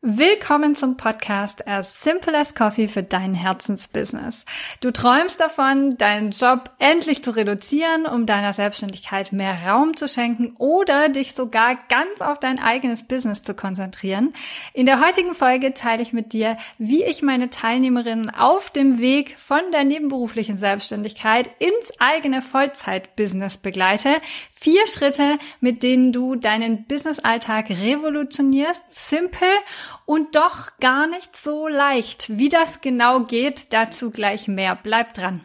Willkommen zum Podcast As Simple as Coffee für dein Herzensbusiness. Du träumst davon, deinen Job endlich zu reduzieren, um deiner Selbstständigkeit mehr Raum zu schenken oder dich sogar ganz auf dein eigenes Business zu konzentrieren. In der heutigen Folge teile ich mit dir, wie ich meine Teilnehmerinnen auf dem Weg von der nebenberuflichen Selbstständigkeit ins eigene Vollzeitbusiness begleite. 4 Schritte, mit denen du deinen Businessalltag revolutionierst, simpel und doch gar nicht so leicht. Wie das genau geht, dazu gleich mehr. Bleib dran.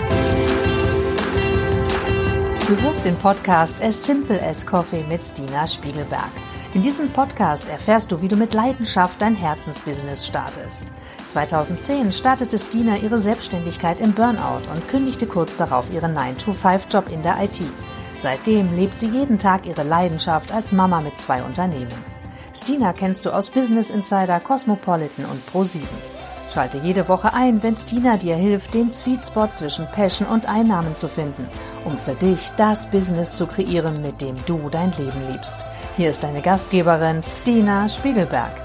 Du hörst den Podcast As Simple as Coffee mit Stina Spiegelberg. In diesem Podcast erfährst du, wie du mit Leidenschaft dein Herzensbusiness startest. 2010 startete Stina ihre Selbstständigkeit im Burnout und kündigte kurz darauf ihren 9-to-5-Job in der IT. Seitdem lebt sie jeden Tag ihre Leidenschaft als Mama mit 2 Unternehmen. Stina kennst du aus Business Insider, Cosmopolitan und Pro7. Schalte jede Woche ein, wenn Stina dir hilft, den Sweet Spot zwischen Passion und Einnahmen zu finden, um für dich das Business zu kreieren, mit dem du dein Leben liebst. Hier ist deine Gastgeberin Stina Spiegelberg.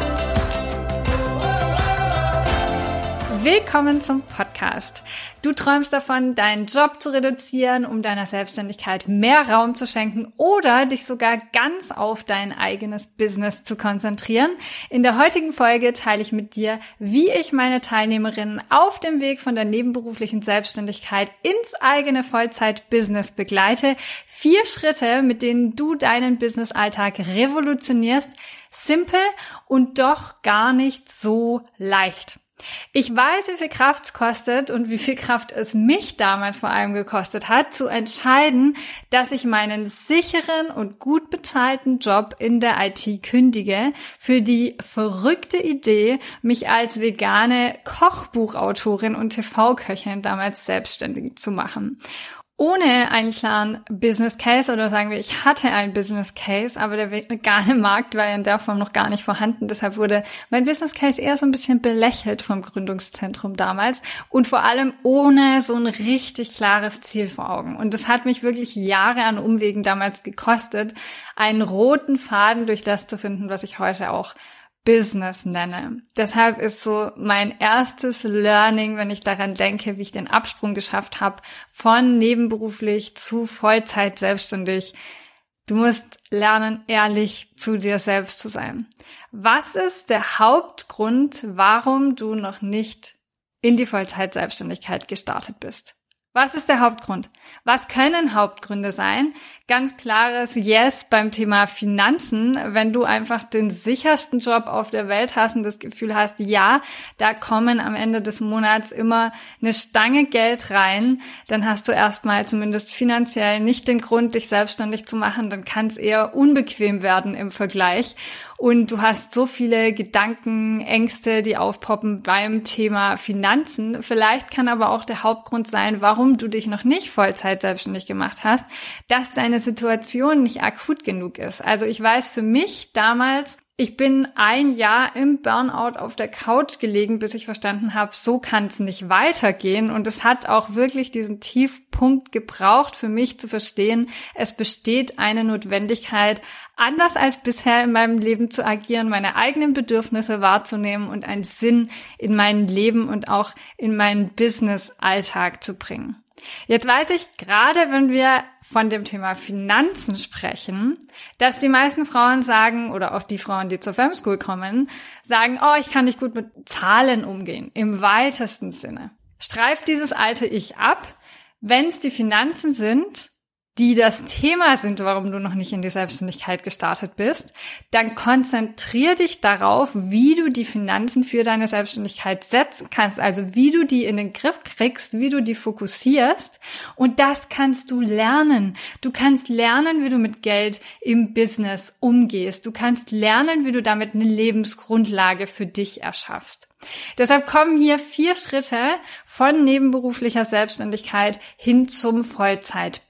Willkommen zum Podcast. Du träumst davon, deinen Job zu reduzieren, um deiner Selbstständigkeit mehr Raum zu schenken oder dich sogar ganz auf dein eigenes Business zu konzentrieren. In der heutigen Folge teile ich mit dir, wie ich meine Teilnehmerinnen auf dem Weg von der nebenberuflichen Selbstständigkeit ins eigene Vollzeitbusiness begleite. 4 Schritte, mit denen du deinen Businessalltag revolutionierst. Simpel und doch gar nicht so leicht. Ich weiß, wie viel Kraft es kostet und wie viel Kraft es mich damals vor allem gekostet hat, zu entscheiden, dass ich meinen sicheren und gut bezahlten Job in der IT kündige, für die verrückte Idee, mich als vegane Kochbuchautorin und TV-Köchin damals selbstständig zu machen. Ohne einen klaren Business Case, oder sagen wir, ich hatte einen Business Case, aber der vegane Markt war ja in der Form noch gar nicht vorhanden. Deshalb wurde mein Business Case eher so ein bisschen belächelt vom Gründungszentrum damals und vor allem ohne so ein richtig klares Ziel vor Augen. Und das hat mich wirklich Jahre an Umwegen damals gekostet, einen roten Faden durch das zu finden, was ich heute auch Business nenne. Deshalb ist so mein erstes Learning, wenn ich daran denke, wie ich den Absprung geschafft habe, von nebenberuflich zu Vollzeit selbstständig. Du musst lernen, ehrlich zu dir selbst zu sein. Was ist der Hauptgrund, warum du noch nicht in die Vollzeit-Selbstständigkeit gestartet bist? Was ist der Hauptgrund? Was können Hauptgründe sein? Ganz klares Yes beim Thema Finanzen. Wenn du einfach den sichersten Job auf der Welt hast und das Gefühl hast, ja, da kommen am Ende des Monats immer eine Stange Geld rein, dann hast du erstmal zumindest finanziell nicht den Grund, dich selbstständig zu machen. Dann kann es eher unbequem werden im Vergleich. Und du hast so viele Gedanken, Ängste, die aufpoppen beim Thema Finanzen. Vielleicht kann aber auch der Hauptgrund sein, warum du dich noch nicht Vollzeit selbstständig gemacht hast, dass deine Situation nicht akut genug ist. Also ich weiß für mich damals, ich bin 1 Jahr im Burnout auf der Couch gelegen, bis ich verstanden habe, so kann es nicht weitergehen. Und es hat auch wirklich diesen Tiefpunkt gebraucht, für mich zu verstehen, es besteht eine Notwendigkeit, anders als bisher in meinem Leben zu agieren, meine eigenen Bedürfnisse wahrzunehmen und einen Sinn in mein Leben und auch in meinen Business-Alltag zu bringen. Jetzt weiß ich, gerade wenn wir von dem Thema Finanzen sprechen, dass die meisten Frauen sagen, oder auch die Frauen, die zur Femschool kommen, sagen, oh, ich kann nicht gut mit Zahlen umgehen, im weitesten Sinne. Streif dieses alte Ich ab, wenn es die Finanzen sind, die das Thema sind, warum du noch nicht in die Selbstständigkeit gestartet bist, dann konzentrier dich darauf, wie du die Finanzen für deine Selbstständigkeit setzen kannst, also wie du die in den Griff kriegst, wie du die fokussierst, und das kannst du lernen. Du kannst lernen, wie du mit Geld im Business umgehst. Du kannst lernen, wie du damit eine Lebensgrundlage für dich erschaffst. Deshalb kommen hier 4 Schritte von nebenberuflicher Selbstständigkeit hin zum Vollzeit-Business.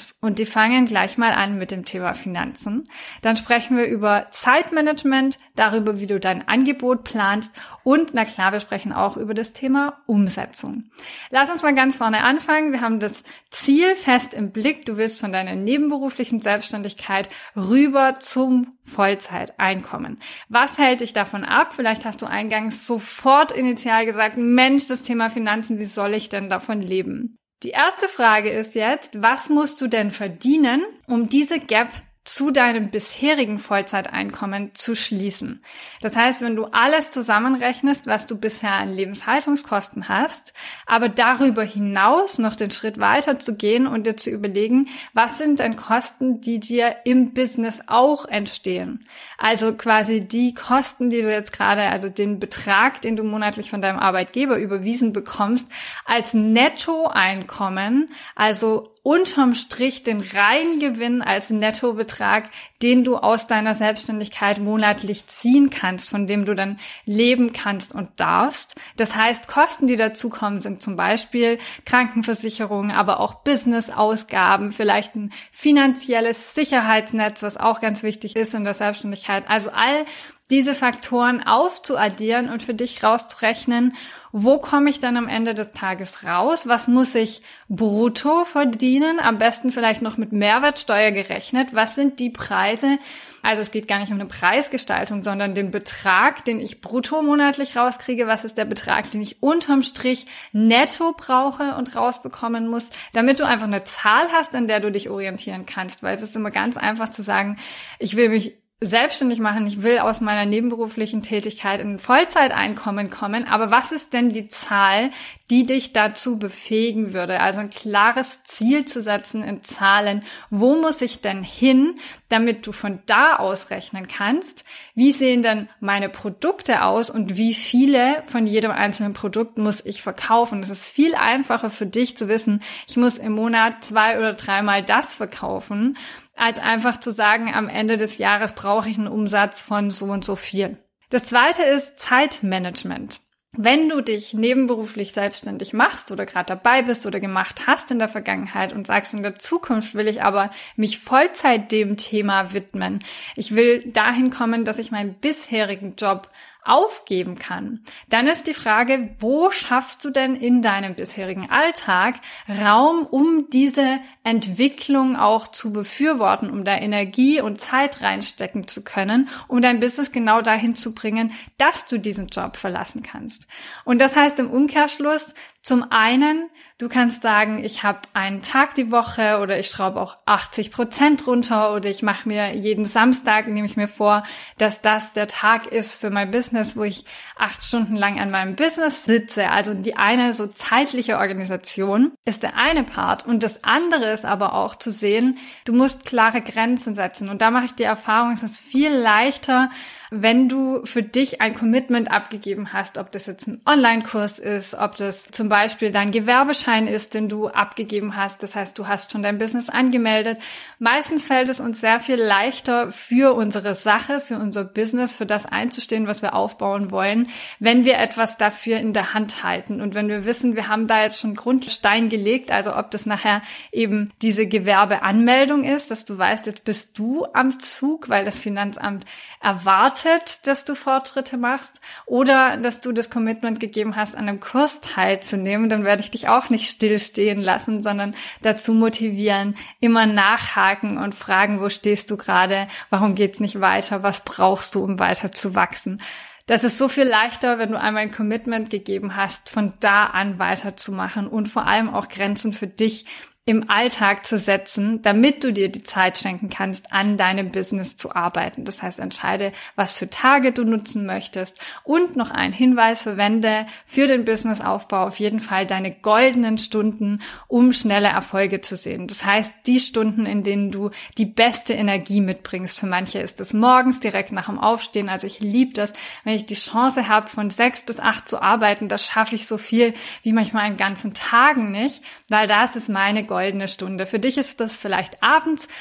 Business. Und die fangen gleich mal an mit dem Thema Finanzen. Dann sprechen wir über Zeitmanagement, darüber, wie du dein Angebot planst und na klar, wir sprechen auch über das Thema Umsetzung. Lass uns mal ganz vorne anfangen. Wir haben das Ziel fest im Blick. Du willst von deiner nebenberuflichen Selbstständigkeit rüber zum Vollzeiteinkommen. Was hält dich davon ab? Vielleicht hast du eingangs sofort initial gesagt, Mensch, das Thema Finanzen, wie soll ich denn davon leben? Die erste Frage ist jetzt, was musst du denn verdienen, um diese Gap zu deinem bisherigen Vollzeiteinkommen zu schließen? Das heißt, wenn du alles zusammenrechnest, was du bisher an Lebenshaltungskosten hast, aber darüber hinaus noch den Schritt weiter zu gehen und dir zu überlegen, was sind denn Kosten, die dir im Business auch entstehen? Also quasi die Kosten, die du jetzt gerade, also den Betrag, den du monatlich von deinem Arbeitgeber überwiesen bekommst, als Nettoeinkommen, also unterm Strich den Reingewinn als Nettobetrag, den du aus deiner Selbstständigkeit monatlich ziehen kannst, von dem du dann leben kannst und darfst. Das heißt, Kosten, die dazukommen, sind zum Beispiel Krankenversicherung, aber auch Business-Ausgaben, vielleicht ein finanzielles Sicherheitsnetz, was auch ganz wichtig ist in der Selbstständigkeit. Also all diese Faktoren aufzuaddieren und für dich rauszurechnen, wo komme ich dann am Ende des Tages raus? Was muss ich brutto verdienen? Am besten vielleicht noch mit Mehrwertsteuer gerechnet. Was sind die Preise? Also es geht gar nicht um eine Preisgestaltung, sondern den Betrag, den ich brutto monatlich rauskriege. Was ist der Betrag, den ich unterm Strich netto brauche und rausbekommen muss, damit du einfach eine Zahl hast, an der du dich orientieren kannst. Weil es ist immer ganz einfach zu sagen, ich will mich selbstständig machen, ich will aus meiner nebenberuflichen Tätigkeit in ein Vollzeiteinkommen kommen, aber was ist denn die Zahl, die dich dazu befähigen würde? Also ein klares Ziel zu setzen in Zahlen. Wo muss ich denn hin, damit du von da aus rechnen kannst? Wie sehen denn meine Produkte aus und wie viele von jedem einzelnen Produkt muss ich verkaufen? Es ist viel einfacher für dich zu wissen, ich muss im Monat 2 oder 3 Mal das verkaufen, als einfach zu sagen, am Ende des Jahres brauche ich einen Umsatz von so und so viel. Das zweite ist Zeitmanagement. Wenn du dich nebenberuflich selbstständig machst oder gerade dabei bist oder gemacht hast in der Vergangenheit und sagst, in der Zukunft will ich aber mich Vollzeit dem Thema widmen. Ich will dahin kommen, dass ich meinen bisherigen Job aufgeben kann. Dann ist die Frage, wo schaffst du denn in deinem bisherigen Alltag Raum, um diese Entwicklung auch zu befürworten, um da Energie und Zeit reinstecken zu können, um dein Business genau dahin zu bringen, dass du diesen Job verlassen kannst. Und das heißt im Umkehrschluss, zum einen, du kannst sagen, ich habe einen Tag die Woche oder ich schraube auch 80% runter oder ich mache mir jeden Samstag, nehme ich mir vor, dass das der Tag ist für mein Business, wo ich 8 Stunden lang an meinem Business sitze. Also die eine so zeitliche Organisation ist der eine Part und das andere ist aber auch zu sehen, du musst klare Grenzen setzen und da mache ich die Erfahrung, es ist viel leichter, wenn du für dich ein Commitment abgegeben hast, ob das jetzt ein Online-Kurs ist, ob das zum Beispiel dein Gewerbeschein ist, den du abgegeben hast, das heißt, du hast schon dein Business angemeldet. Meistens fällt es uns sehr viel leichter, für unsere Sache, für unser Business, für das einzustehen, was wir aufbauen wollen, wenn wir etwas dafür in der Hand halten und wenn wir wissen, wir haben da jetzt schon Grundstein gelegt, also ob das nachher eben diese Gewerbeanmeldung ist, dass du weißt, jetzt bist du am Zug, weil das Finanzamt erwartet, dass du Fortschritte machst oder dass du das Commitment gegeben hast, an einem Kurs teilzunehmen, dann werde ich dich auch nicht stillstehen lassen, sondern dazu motivieren, immer nachhaken und fragen, wo stehst du gerade, warum geht's nicht weiter, was brauchst du, um weiter zu wachsen. Das ist so viel leichter, wenn du einmal ein Commitment gegeben hast, von da an weiterzumachen und vor allem auch Grenzen für dich im Alltag zu setzen, damit du dir die Zeit schenken kannst, an deinem Business zu arbeiten. Das heißt, entscheide, was für Tage du nutzen möchtest. Und noch ein Hinweis, verwende für den Businessaufbau auf jeden Fall deine goldenen Stunden, um schnelle Erfolge zu sehen. Das heißt, die Stunden, in denen du die beste Energie mitbringst. Für manche ist es morgens direkt nach dem Aufstehen. Also ich liebe das, wenn ich die Chance habe, von 6 bis 8 zu arbeiten. Da schaffe ich so viel wie manchmal an ganzen Tagen nicht, weil das ist meine goldene Stunde. Für dich ist das vielleicht abends.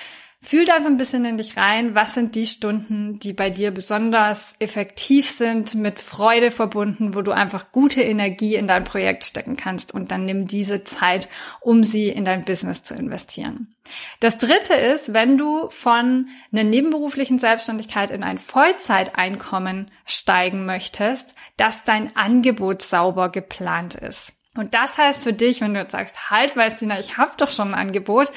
Fühl da so ein bisschen in dich rein, was sind die Stunden, die bei dir besonders effektiv sind, mit Freude verbunden, wo du einfach gute Energie in dein Projekt stecken kannst und dann nimm diese Zeit, um sie in dein Business zu investieren. Das Dritte ist, wenn du von einer nebenberuflichen Selbstständigkeit in ein Vollzeiteinkommen steigen möchtest, dass dein Angebot sauber geplant ist. Und das heißt für dich, wenn du jetzt sagst, halt, Stina, ich habe doch schon ein Angebot,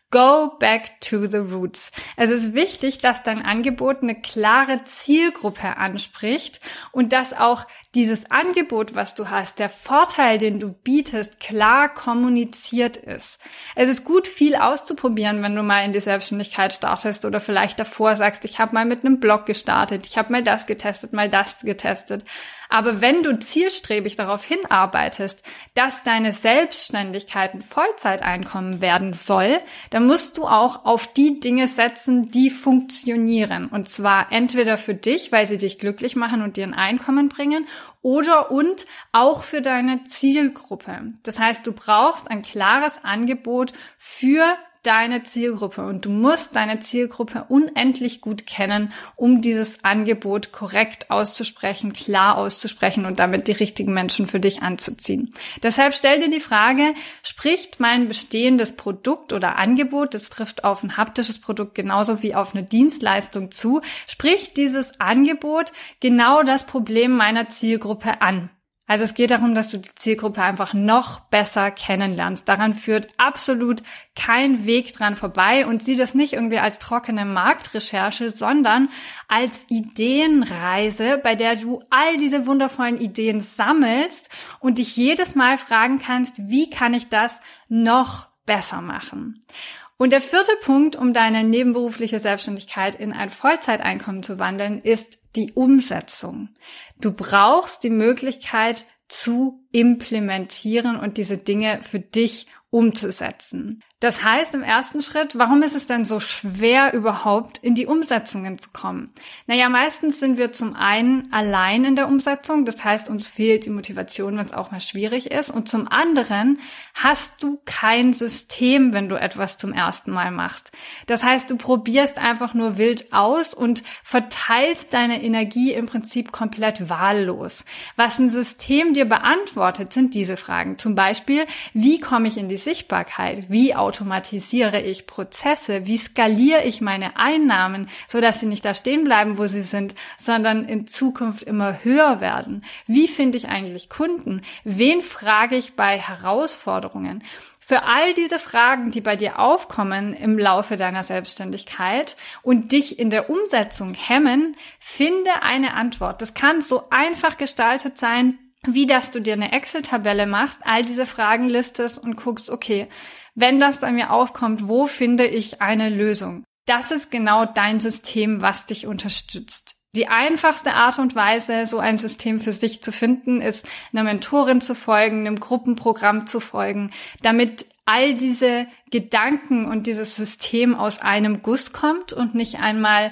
go back to the roots. Es ist wichtig, dass dein Angebot eine klare Zielgruppe anspricht und dass auch dieses Angebot, was du hast, der Vorteil, den du bietest, klar kommuniziert ist. Es ist gut, viel auszuprobieren, wenn du mal in die Selbstständigkeit startest oder vielleicht davor sagst, ich habe mal mit einem Blog gestartet, ich habe mal das getestet, mal das getestet. Aber wenn du zielstrebig darauf hinarbeitest, dass deine Selbstständigkeit ein Vollzeiteinkommen werden soll, dann musst du auch auf die Dinge setzen, die funktionieren. Und zwar entweder für dich, weil sie dich glücklich machen und dir ein Einkommen bringen, oder und auch für deine Zielgruppe. Das heißt, du brauchst ein klares Angebot für deine Zielgruppe und du musst deine Zielgruppe unendlich gut kennen, um dieses Angebot korrekt auszusprechen, klar auszusprechen und damit die richtigen Menschen für dich anzuziehen. Deshalb stell dir die Frage, spricht mein bestehendes Produkt oder Angebot, das trifft auf ein haptisches Produkt genauso wie auf eine Dienstleistung zu, spricht dieses Angebot genau das Problem meiner Zielgruppe an? Also es geht darum, dass du die Zielgruppe einfach noch besser kennenlernst. Daran führt absolut kein Weg dran vorbei und sieh das nicht irgendwie als trockene Marktrecherche, sondern als Ideenreise, bei der du all diese wundervollen Ideen sammelst und dich jedes Mal fragen kannst, wie kann ich das noch besser machen? Und der vierte Punkt, um deine nebenberufliche Selbstständigkeit in ein Vollzeiteinkommen zu wandeln, ist die Umsetzung. Du brauchst die Möglichkeit zu implementieren und diese Dinge für dich umzusetzen. Das heißt im ersten Schritt, warum ist es denn so schwer, überhaupt in die Umsetzungen zu kommen? Naja, meistens sind wir zum einen allein in der Umsetzung, das heißt, uns fehlt die Motivation, wenn es auch mal schwierig ist. Und zum anderen hast du kein System, wenn du etwas zum ersten Mal machst. Das heißt, du probierst einfach nur wild aus und verteilst deine Energie im Prinzip komplett wahllos. Was ein System dir beantwortet, sind diese Fragen. Zum Beispiel, wie komme ich in die Sichtbarkeit? Wie automatisiere ich Prozesse? Wie skaliere ich meine Einnahmen, sodass sie nicht da stehen bleiben, wo sie sind, sondern in Zukunft immer höher werden? Wie finde ich eigentlich Kunden? Wen frage ich bei Herausforderungen? Für all diese Fragen, die bei dir aufkommen im Laufe deiner Selbstständigkeit und dich in der Umsetzung hemmen, finde eine Antwort. Das kann so einfach gestaltet sein, wie dass du dir eine Excel-Tabelle machst, all diese Fragen listest und guckst, okay, wenn das bei mir aufkommt, wo finde ich eine Lösung? Das ist genau dein System, was dich unterstützt. Die einfachste Art und Weise, so ein System für sich zu finden, ist, einer Mentorin zu folgen, einem Gruppenprogramm zu folgen, damit all diese Gedanken und dieses System aus einem Guss kommt und nicht einmal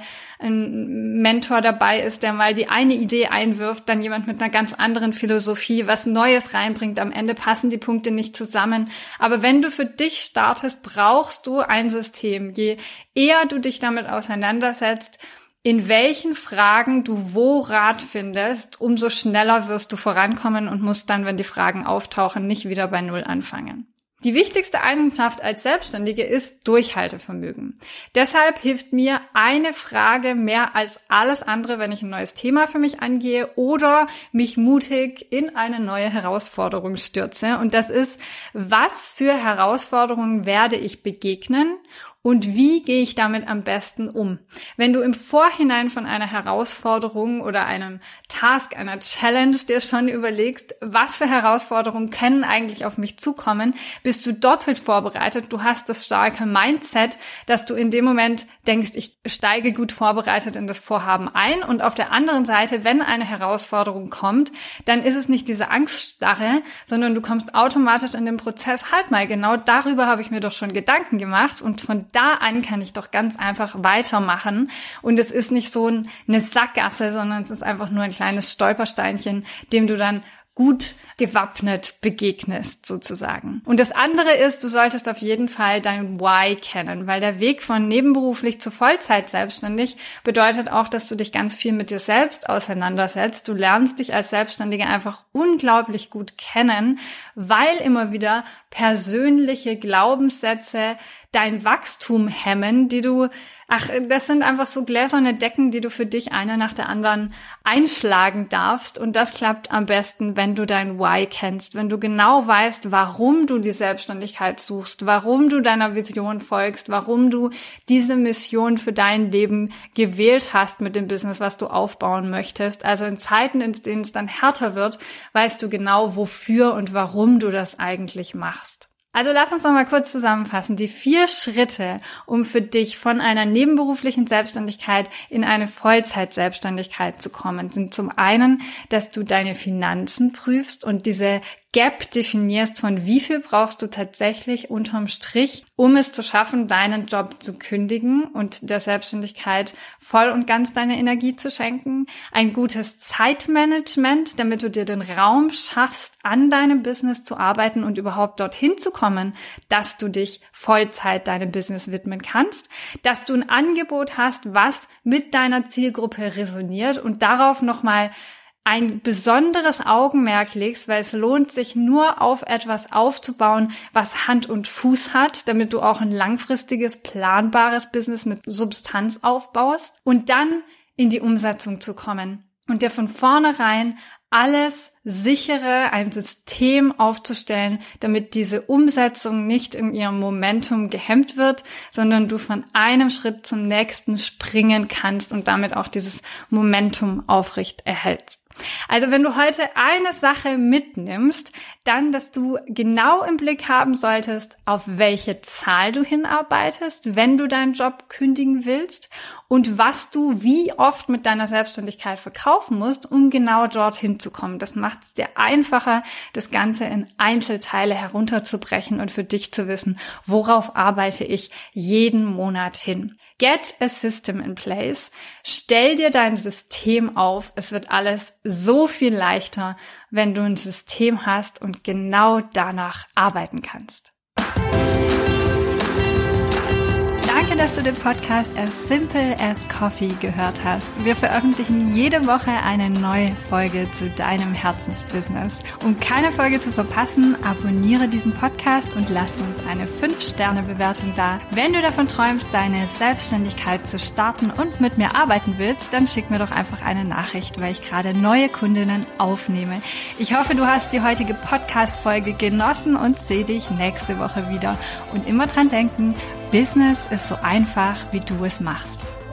ein Mentor dabei ist, der mal die eine Idee einwirft, dann jemand mit einer ganz anderen Philosophie was Neues reinbringt. Am Ende passen die Punkte nicht zusammen. Aber wenn du für dich startest, brauchst du ein System. Je eher du dich damit auseinandersetzt, in welchen Fragen du wo Rat findest, umso schneller wirst du vorankommen und musst dann, wenn die Fragen auftauchen, nicht wieder bei Null anfangen. Die wichtigste Eigenschaft als Selbstständige ist Durchhaltevermögen. Deshalb hilft mir eine Frage mehr als alles andere, wenn ich ein neues Thema für mich angehe oder mich mutig in eine neue Herausforderung stürze. Und das ist, was für Herausforderungen werde ich begegnen? Und wie gehe ich damit am besten um? Wenn du im Vorhinein von einer Herausforderung oder einem Task, einer Challenge dir schon überlegst, was für Herausforderungen können eigentlich auf mich zukommen, bist du doppelt vorbereitet. Du hast das starke Mindset, dass du in dem Moment denkst, ich steige gut vorbereitet in das Vorhaben ein. Und auf der anderen Seite, wenn eine Herausforderung kommt, dann ist es nicht diese Angststarre, sondern du kommst automatisch in den Prozess, halt mal, genau darüber habe ich mir doch schon Gedanken gemacht und von da an kann ich doch ganz einfach weitermachen. Und es ist nicht so eine Sackgasse, sondern es ist einfach nur ein kleines Stolpersteinchen, dem du dann gut gewappnet begegnest sozusagen. Und das andere ist, du solltest auf jeden Fall dein Why kennen, weil der Weg von nebenberuflich zu Vollzeit selbstständig bedeutet auch, dass du dich ganz viel mit dir selbst auseinandersetzt. Du lernst dich als Selbstständige einfach unglaublich gut kennen, weil immer wieder persönliche Glaubenssätze dein Wachstum hemmen, das sind einfach so gläserne Decken, die du für dich eine nach der anderen einschlagen darfst. Und das klappt am besten, wenn du dein Why kennst, wenn du genau weißt, warum du die Selbstständigkeit suchst, warum du deiner Vision folgst, warum du diese Mission für dein Leben gewählt hast mit dem Business, was du aufbauen möchtest. Also in Zeiten, in denen es dann härter wird, weißt du genau, wofür und warum du das eigentlich machst. Also lass uns noch mal kurz zusammenfassen. Die 4 Schritte, um für dich von einer nebenberuflichen Selbstständigkeit in eine Vollzeit-Selbstständigkeit zu kommen, sind zum einen, dass du deine Finanzen prüfst und diese Gap definierst, von wie viel brauchst du tatsächlich unterm Strich, um es zu schaffen, deinen Job zu kündigen und der Selbstständigkeit voll und ganz deine Energie zu schenken. Ein gutes Zeitmanagement, damit du dir den Raum schaffst, an deinem Business zu arbeiten und überhaupt dorthin zu kommen, dass du dich Vollzeit deinem Business widmen kannst, dass du ein Angebot hast, was mit deiner Zielgruppe resoniert und darauf nochmal ein besonderes Augenmerk legst, weil es lohnt sich nur auf etwas aufzubauen, was Hand und Fuß hat, damit du auch ein langfristiges, planbares Business mit Substanz aufbaust und dann in die Umsetzung zu kommen und dir von vornherein alles sichere, ein System aufzustellen, damit diese Umsetzung nicht in ihrem Momentum gehemmt wird, sondern du von einem Schritt zum nächsten springen kannst und damit auch dieses Momentum aufrecht erhältst. Also wenn du heute eine Sache mitnimmst, dann, dass du genau im Blick haben solltest, auf welche Zahl du hinarbeitest, wenn du deinen Job kündigen willst und was du wie oft mit deiner Selbstständigkeit verkaufen musst, um genau dorthin zu kommen. Das macht es dir einfacher, das Ganze in Einzelteile herunterzubrechen und für dich zu wissen, worauf arbeite ich jeden Monat hin. Get a system in place. Stell dir dein System auf. Es wird alles so viel leichter, wenn du ein System hast und genau danach arbeiten kannst. Danke, dass du den Podcast As Simple as Coffee gehört hast. Wir veröffentlichen jede Woche eine neue Folge zu deinem Herzensbusiness. Um keine Folge zu verpassen, abonniere diesen Podcast und lass uns eine 5-Sterne-Bewertung da. Wenn du davon träumst, deine Selbstständigkeit zu starten und mit mir arbeiten willst, dann schick mir doch einfach eine Nachricht, weil ich gerade neue Kundinnen aufnehme. Ich hoffe, du hast die heutige Podcast-Folge genossen und sehe dich nächste Woche wieder. Und immer dran denken, Business ist so einfach, wie du es machst.